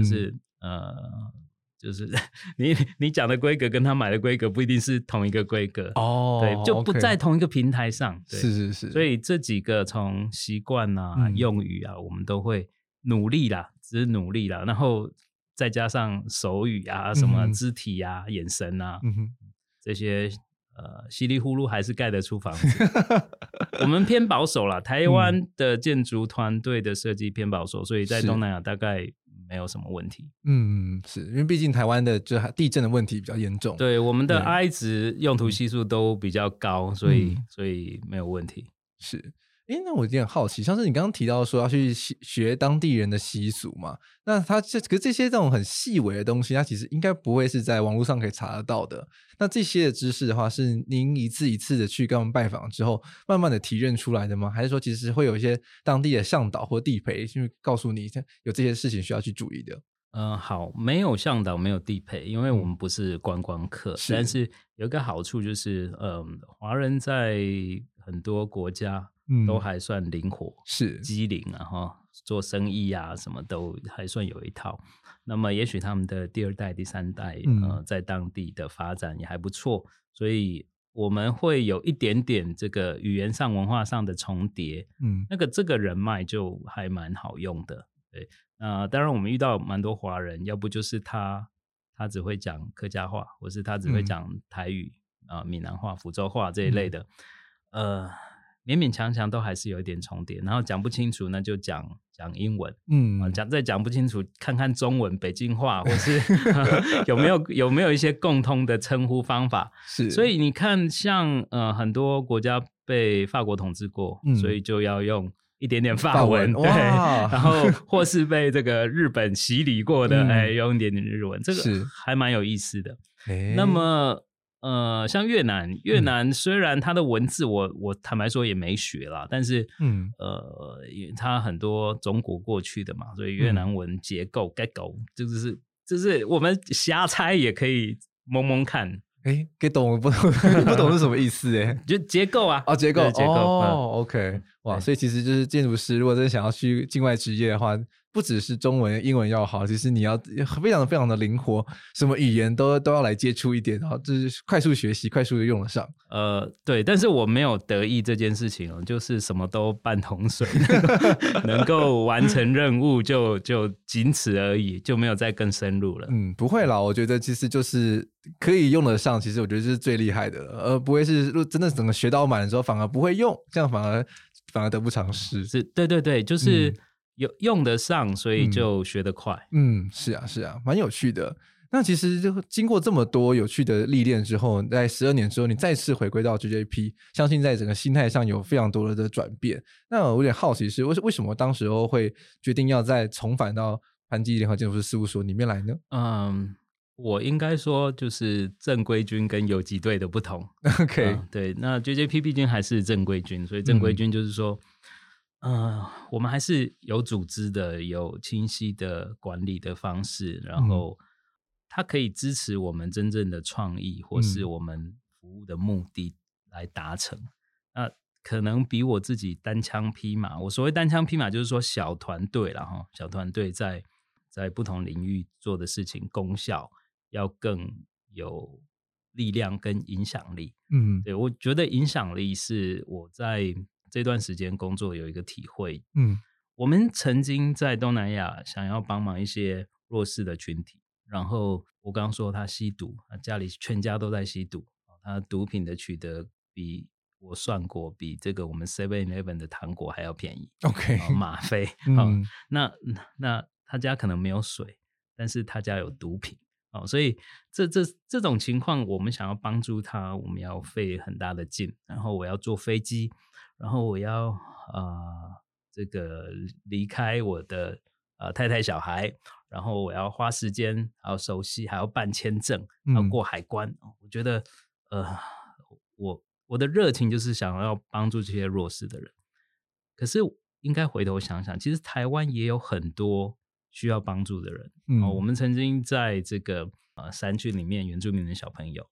就是你讲的规格跟他买的规格不一定是同一个规格对，就不在同一个平台上。对，是，所以这几个从习惯用语我们都会努力啦，只是努力啦，然后再加上手语什么肢体眼神这些稀里糊涂还是盖得出房子。我们偏保守啦，台湾的建筑团队的设计偏保守，所以在东南亚大概没有什么问题。 是因为毕竟台湾的就地震的问题比较严重， 对，我们的 I 值用途系数都比较高，所以没有问题。 是。那我有点好奇，像是你刚刚提到说要去学当地人的习俗嘛，那可是这些这种很细微的东西，它其实应该不会是在网络上可以查得到的。那这些的知识的话，是您一次一次的去跟我们拜访之后，慢慢的提炼出来的吗？还是说其实会有一些当地的向导或地陪去告诉你有这些事情需要去注意的？ 好，没有向导，没有地陪，因为我们不是观光客。但是有一个好处就是，华人在很多国家都还算灵活，是机灵做生意什么都还算有一套。那么也许他们的第2代、第3代在当地的发展也还不错，所以我们会有一点点这个语言上、文化上的重叠。这个人脉就还蛮好用的。对，当然我们遇到蛮多华人，要不就是他只会讲客家话，或是他只会讲台语闽南话、福州话这一类的。勉勉强强都还是有一点重叠，然后讲不清楚那就讲英文，再讲不清楚看看中文北京话，或是有没有一些共通的称呼方法。是，所以你看像很多国家被法国统治过，所以就要用一点点法文，对，然后或是被这个日本洗礼过的，用一点点日文，这个还蛮有意思的。那么像越南虽然它的文字我坦白说也没学啦，但是它很多中国过去的嘛，所以越南文结构就是就是我们瞎猜也可以蒙蒙看。 给懂不懂是什么意思？ 就结构啊。 结构 OK。 哇，所以其实就是建筑师如果真的想要去境外职业的话，不只是中文英文要好，其实你要非常非常的灵活，什么语言都要来接触一点，然后就是快速学习，快速的用得上。 对，但是我没有得意这件事情就是什么都半桶水能够完成任务就仅此而已，就没有再更深入了。 不会啦，我觉得其实就是可以用得上，其实我觉得这是最厉害的了，而不会是真的整个学到满的时候反而不会用，这样反而得不偿失。 是，对，就是用得上，所以就学得快。 是啊，蛮有趣的。那其实就经过这么多有趣的历练之后，在12年之后你再次回归到 JJP， 相信在整个心态上有非常多的转变。那我有点好奇是为什么当时候会决定要再重返到潘基联合建筑师事务所里面来呢？ 我应该说就是正规军跟游击队的不同。 OK， 对，那 JJP 毕竟还是正规军，所以正规军就是说我们还是有组织的，有清晰的管理的方式，然后它可以支持我们真正的创意或是我们服务的目的来达成。那可能比我自己单枪匹马，我所谓单枪匹马就是说小团队啦，小团队在不同领域做的事情功效要更有力量跟影响力。对，我觉得影响力是我在这段时间工作有一个体会。我们曾经在东南亚想要帮忙一些弱势的群体，然后我刚刚说他吸毒，他家里全家都在吸毒，他毒品的取得比我算过比这个我们 7-Eleven 的糖果还要便宜。 OK， 吗啡。那他家可能没有水，但是他家有毒品。所以这种情况我们想要帮助他，我们要费很大的劲，然后我要坐飞机，然后我要这个离开我的太太小孩，然后我要花时间，还要熟悉，还要办签证，还要过海关。我觉得我的热情就是想要帮助这些弱势的人。可是应该回头想想，其实台湾也有很多需要帮助的人。我们曾经在这个山区里面，原住民的小朋友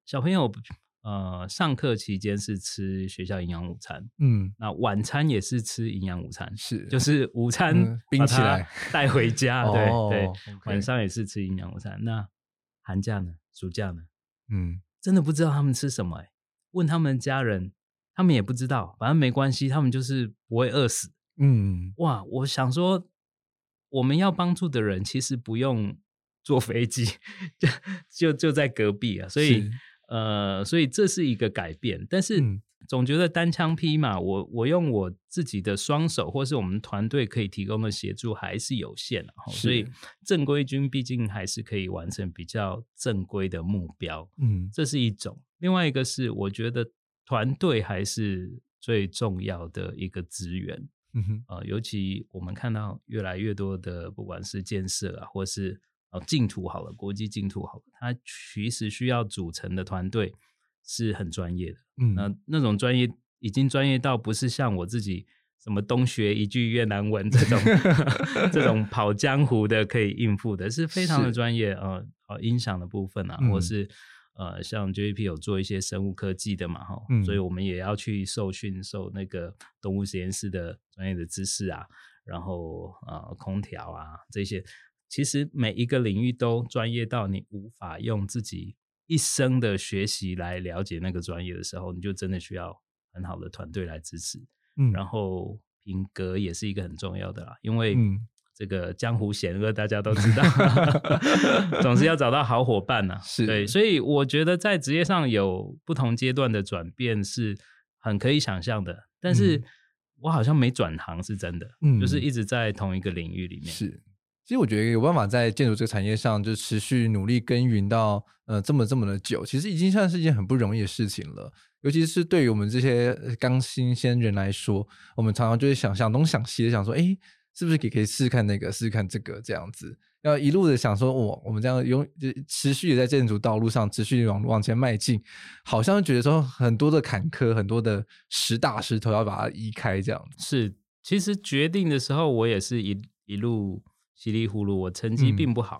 上课期间是吃学校营养午餐，那晚餐也是吃营养午餐，就是午餐冰起来带回家。对， okay， 晚上也是吃营养午餐。那寒假呢？暑假呢？真的不知道他们吃什么。问他们家人，他们也不知道，反正没关系，他们就是不会饿死。哇，我想说我们要帮助的人其实不用坐飞机就在隔壁啊，所以这是一个改变。但是总觉得单枪匹马，我用我自己的双手或是我们团队可以提供的协助还是有限，所以正规军毕竟还是可以完成比较正规的目标。这是一种。另外一个是我觉得团队还是最重要的一个资源。尤其我们看到越来越多的不管是建设啊，或是净土好了，国际净土好了，它其实需要组成的团队是很专业的。那种专业已经专业到不是像我自己什么东学一句越南文这种跑江湖的可以应付的，是非常的专业。音响的部分啊，或是像 JJP 有做一些生物科技的嘛，所以我们也要去受那个动物实验室的专业的知识啊，然后空调啊这些，其实每一个领域都专业到你无法用自己一生的学习来了解那个专业的时候，你就真的需要很好的团队来支持。然后品格也是一个很重要的啦，因为这个江湖险恶大家都知道总是要找到好伙伴啊。对，所以我觉得在职业上有不同阶段的转变是很可以想象的，但是我好像没转行是真的，就是一直在同一个领域里面。 其实我觉得有办法在建筑这个产业上就持续努力耕耘到这么的久，其实已经算是一件很不容易的事情了。尤其是对于我们这些刚新鲜人来说，我们常常就会想东想西的，想说是不是可以试试看那个，试试看这个，这样子要一路的想说我们这样持续的在建筑道路上持续往前迈进，好像觉得说很多的坎坷，很多的大石头要把它移开这样子。 是，其实决定的时候我也是一路稀里糊涂，我成绩并不好，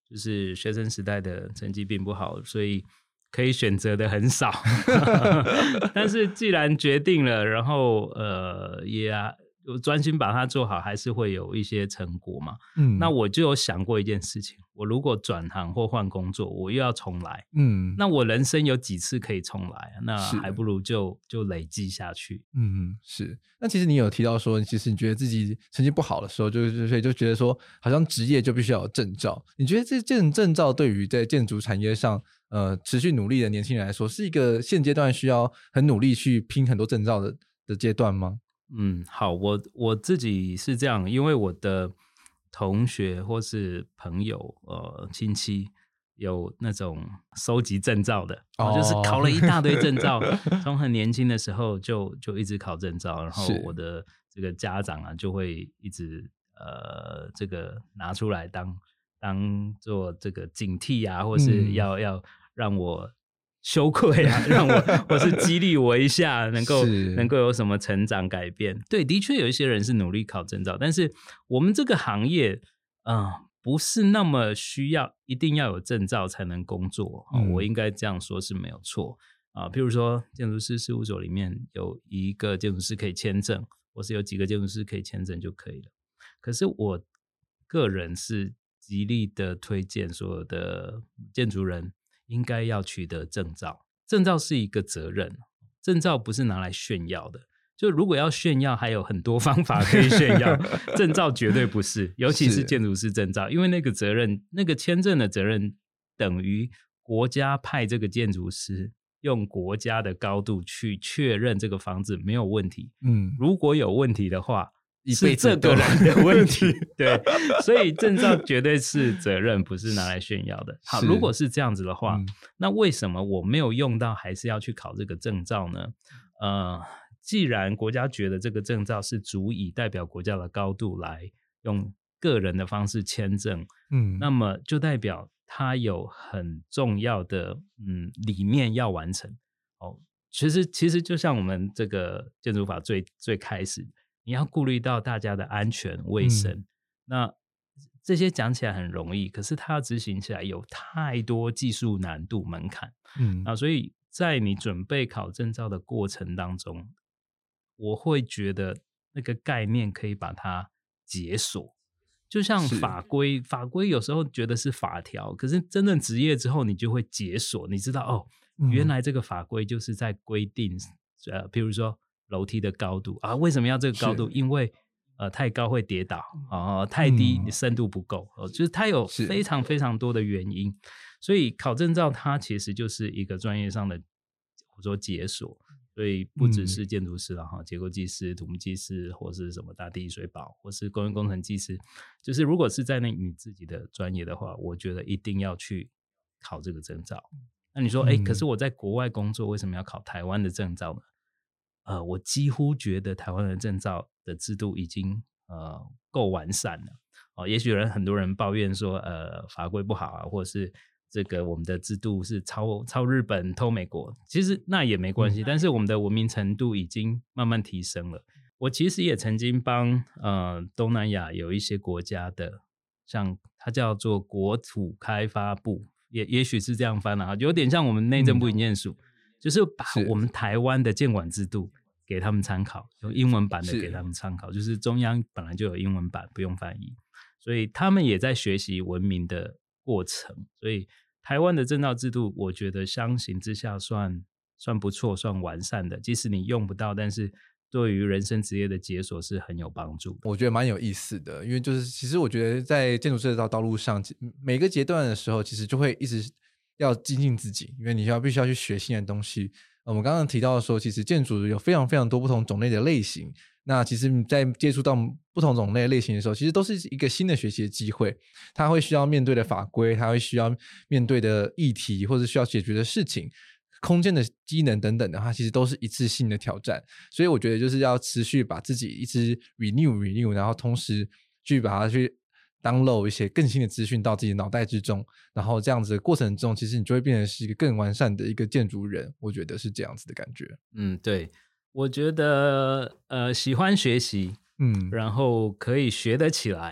就是学生时代的成绩并不好，所以可以选择的很少。但是既然决定了，然后也专心把它做好，还是会有一些成果嘛。那我就有想过一件事情，我如果转行或换工作，我又要重来。那我人生有几次可以重来，那还不如就累积下去。 是。那其实你有提到说，其实你觉得自己成绩不好的时候，所以就觉得说，好像职业就必须要有证照。你觉得这种证照对于在建筑产业上持续努力的年轻人来说，是一个现阶段需要很努力去拼很多证照的阶段吗？ 好，我自己是这样，因为我的同学或是朋友亲戚有那种收集证照的，就是考了一大堆证照，从很年轻的时候就一直考证照，然后我的这个家长啊就会一直这个拿出来当做这个警惕啊，或是要让我羞愧啊，让我或是激励我一下，能够有什么成长改变。对，的确有一些人是努力考证照，但是我们这个行业不是那么需要一定要有证照才能工作。我应该这样说是没有错啊。譬如说建筑师事务所里面有一个建筑师可以签证，或是有几个建筑师可以签证就可以了。可是我个人是极力的推荐所有的建筑人应该要取得证照。证照是一个责任，证照不是拿来炫耀的。就如果要炫耀，还有很多方法可以炫耀，证照绝对不是，尤其是建筑师证照，因为那个责任，那个签证的责任等于国家派这个建筑师用国家的高度去确认这个房子没有问题。如果有问题的话，是这个人的问题。对，所以证照绝对是责任，不是拿来炫耀的。好，如果是这样子的话，那为什么我没有用到还是要去考这个证照呢？既然国家觉得这个证照是足以代表国家的高度来用个人的方式签证，那么就代表它有很重要的理念要完成。其实就像我们这个建筑法最开始，你要顾虑到大家的安全卫生，那这些讲起来很容易，可是它要执行起来有太多技术难度门槛。所以在你准备考证照的过程当中，我会觉得那个概念可以把它解锁。就像法规有时候觉得是法条，可是真正职业之后你就会解锁，你知道原来这个法规就是在规定比如说楼梯的高度啊，为什么要这个高度？因为太高会跌倒太低深度不够就是它有非常非常多的原因。所以考证照它其实就是一个专业上的我说解锁。所以不只是建筑师结构技师、土木技师，或是什么大地水保，或是工业工程技师，就是如果是在你自己的专业的话，我觉得一定要去考这个证照。那你说可是我在国外工作，为什么要考台湾的证照呢？我几乎觉得台湾的证照的制度已经够完善了。也许很多人抱怨说法规不好啊，或者是这个我们的制度是抄日本偷美国，其实那也没关系，但是我们的文明程度已经慢慢提升了。我其实也曾经帮东南亚有一些国家的，像它叫做国土开发部，也许是这样翻有点像我们内政部营建署，就是把我们台湾的建管制度给他们参考，用英文版的给他们参考，就是中央本来就有英文版，不用翻译，所以他们也在学习文明的过程。所以台湾的证照制度我觉得相形之下算不错，算完善的，即使你用不到，但是对于人生职业的解锁是很有帮助的。 我觉得蛮有意思的，因为就是其实我觉得在建筑这条道路上，每个阶段的时候其实就会一直要精进自己，因为你必须要去学新的东西。我们刚刚提到的说，其实建筑有非常非常多不同种类的类型，那其实你在接触到不同种类的类型的时候，其实都是一个新的学习的机会。它会需要面对的法规，它会需要面对的议题，或者需要解决的事情，空间的机能等等的话，其实都是一次性的挑战。所以我觉得就是要持续把自己一直 renew， 然后同时去把它去download 一些更新的资讯到自己的脑袋之中，然后这样子的过程中，其实你就会变成是一个更完善的一个建筑人。我觉得是这样子的感觉。 对，我觉得喜欢学习然后可以学得起来，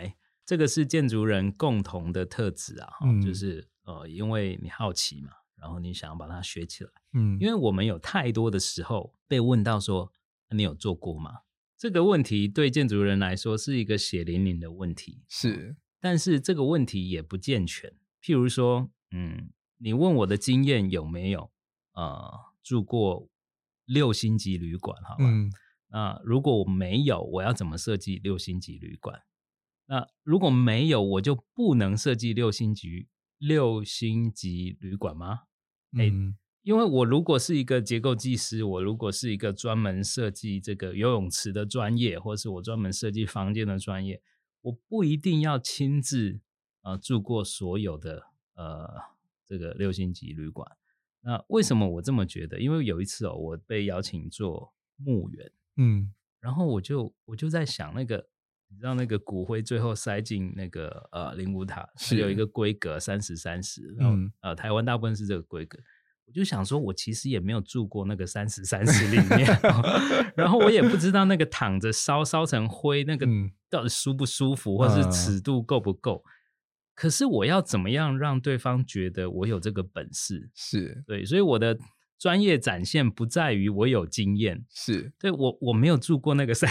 这个是建筑人共同的特质啊，就是因为你好奇嘛，然后你想要把它学起来。因为我们有太多的时候被问到说你有做过吗？这个问题对建筑人来说是一个血淋淋的问题， 是， 但是这个问题也不健全。譬如说你问我的经验有没有住过6星级旅馆，好吧？那如果我没有，我要怎么设计6星级旅馆？那如果没有，我就不能设计6星级旅馆吗？因为我如果是一个结构技师，我如果是一个专门设计这个游泳池的专业，或是我专门设计房间的专业，我不一定要亲自住过所有的这个6星级旅馆。那为什么我这么觉得？因为有一次我被邀请做墓园，然后我就在想那个。你知道那个骨灰最后塞进那个灵骨塔，是有一个规格30-30，然后台湾大部分是这个规格。我就想说，我其实也没有住过那个30-30里面，然后我也不知道那个躺着烧成灰，那个到底舒不舒服，或是尺度够不够。可是我要怎么样让对方觉得我有这个本事？ 是对，所以我的专业展现不在于我有经验， 是对我没有住过那个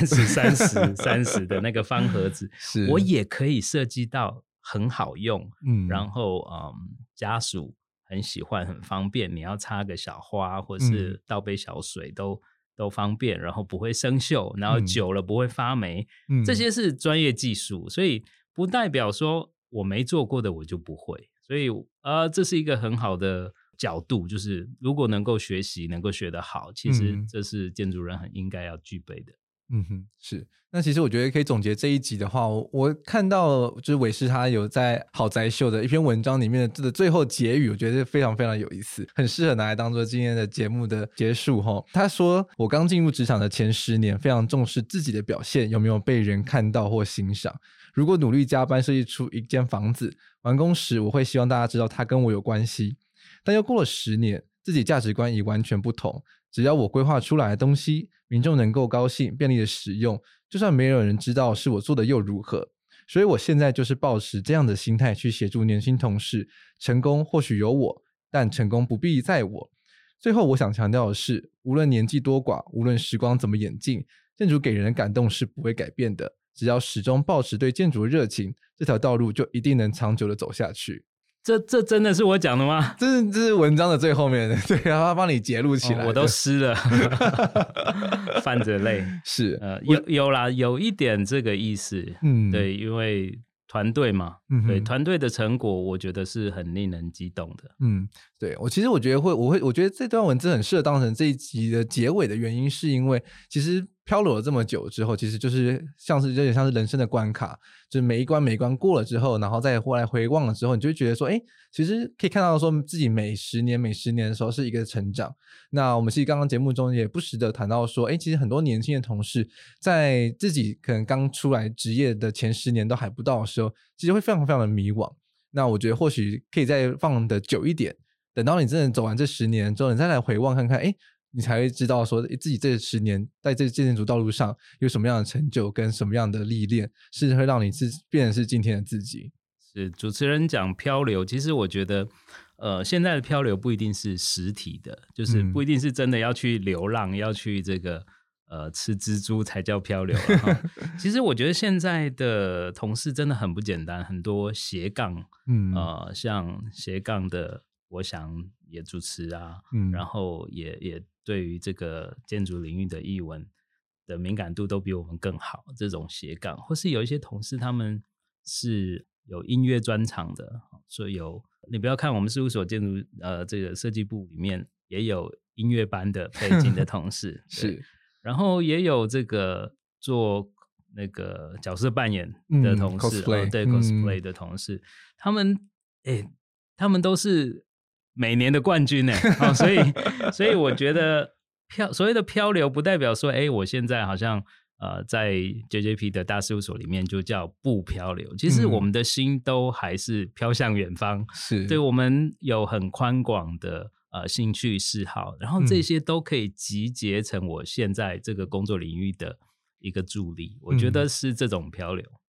30-30的那个方盒子， 是我也可以设计到很好用，然后家属很喜欢，很方便，你要插个小花或是倒杯小水都方便，然后不会生锈，然后久了不会发霉，这些是专业技术，所以不代表说我没做过的我就不会，所以这是一个很好的角度，就是如果能够学习能够学得好，其实这是建筑人很应该要具备的。 是。那其实我觉得可以总结这一集的话，我看到就是伟士他有在好宅秀的一篇文章里面的最后结语，我觉得非常非常有意思，很适合拿来当做今天的节目的结束。他说，我刚进入职场的前10年非常重视自己的表现有没有被人看到或欣赏，如果努力加班设计出一间房子，完工时我会希望大家知道它跟我有关系。但又过了10年，自己价值观已完全不同，只要我规划出来的东西民众能够高兴便利的使用，就算没有人知道是我做的又如何。所以我现在就是抱持这样的心态去协助年轻同事，成功或许有我，但成功不必在我。最后我想强调的是，无论年纪多寡，无论时光怎么演进，建筑给人的感动是不会改变的，只要始终抱持对建筑的热情，这条道路就一定能长久的走下去。 这真的是我讲的吗？ 这是文章的最后面的，对，他帮你截录起来， 我都湿了，泛着泪。 是， 有啦，有一点这个意思，对，因为团队嘛，对，团队的成果，我觉得是很令人激动的。 对，我觉得我觉得这段文字很适合当成这一集的结尾的原因，是因为其实漂流了这么久之后，其实就是有点像是人生的关卡，就是每一关过了之后，然后再回望了之后，你就会觉得说，其实可以看到说自己每10年的时候是一个成长。那我们其实刚刚节目中也不时的谈到说，其实很多年轻的同事在自己可能刚出来职业的前10年都还不到的时候，其实会非常非常的迷惘。那我觉得或许可以再放的久一点，等到你真的走完这10年之后，你再来回望看看，你才会知道说自己这10年在这建筑道路上有什么样的成就跟什么样的历练，是会让你变成是今天的自己。 是主持人讲漂流，其实我觉得现在的漂流不一定是实体的，就是不一定是真的要去流浪，要去这个吃蜘蛛才叫漂流其实我觉得现在的同事真的很不简单，很多斜杠像斜杠的我想也主持啊，然后也对于这个建筑领域的艺文的敏感度都比我们更好，这种斜杠，或是有一些同事他们是有音乐专长的，所以你不要看我们事务所建筑这个设计部里面也有音乐班的背景的同事是， 然后也有这个做那个角色扮演的同事 cosplay 对 cosplay 的同事他们都是每年的冠军所以我觉得所谓的漂流不代表说我现在好像在 JJP 的大事务所里面就叫不漂流，其实我们的心都还是飘向远方， 是对，我们有很宽广的兴趣嗜好，然后这些都可以集结成我现在这个工作领域的一个助力，我觉得是这种漂流。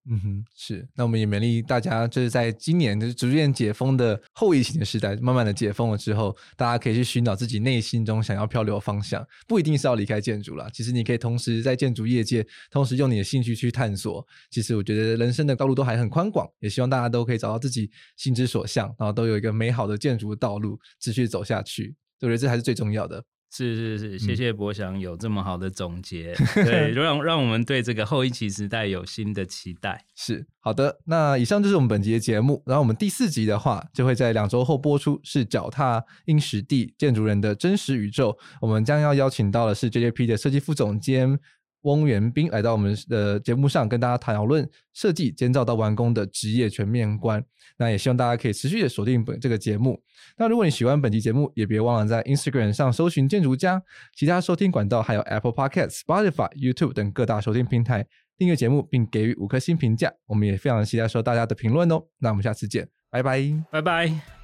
是。那我们也勉励大家，就是在今年就是逐渐解封的后疫情的时代，慢慢的解封了之后，大家可以去寻找自己内心中想要漂流的方向，不一定是要离开建筑啦，其实你可以同时在建筑业界，同时用你的兴趣去探索。其实我觉得人生的道路都还很宽广，也希望大家都可以找到自己心之所向，然后都有一个美好的建筑道路继续走下去。我觉得这还是最重要的。 是，谢谢博翔有这么好的总结，对，让我们对这个后疫情时代有新的期待。 是，好的，那以上就是我们本集的节目，然后我们第4集的话就会在2周后播出，是脚踏硬实地建筑人的真实宇宙。我们将要邀请到的是 JJP 的设计副总监翁元彬来到我们的节目上，跟大家讨论设计建造到完工的职业全面观。那也希望大家可以持续的锁定这个节目。那如果你喜欢本期节目，也别忘了在 Instagram 上搜寻建筑家，其他收听管道还有 Apple Podcast、Spotify、YouTube 等各大收听平台订阅节目，并给予5颗星评价。我们也非常期待收到大家的评论哦。那我们下次见，拜拜， 拜拜。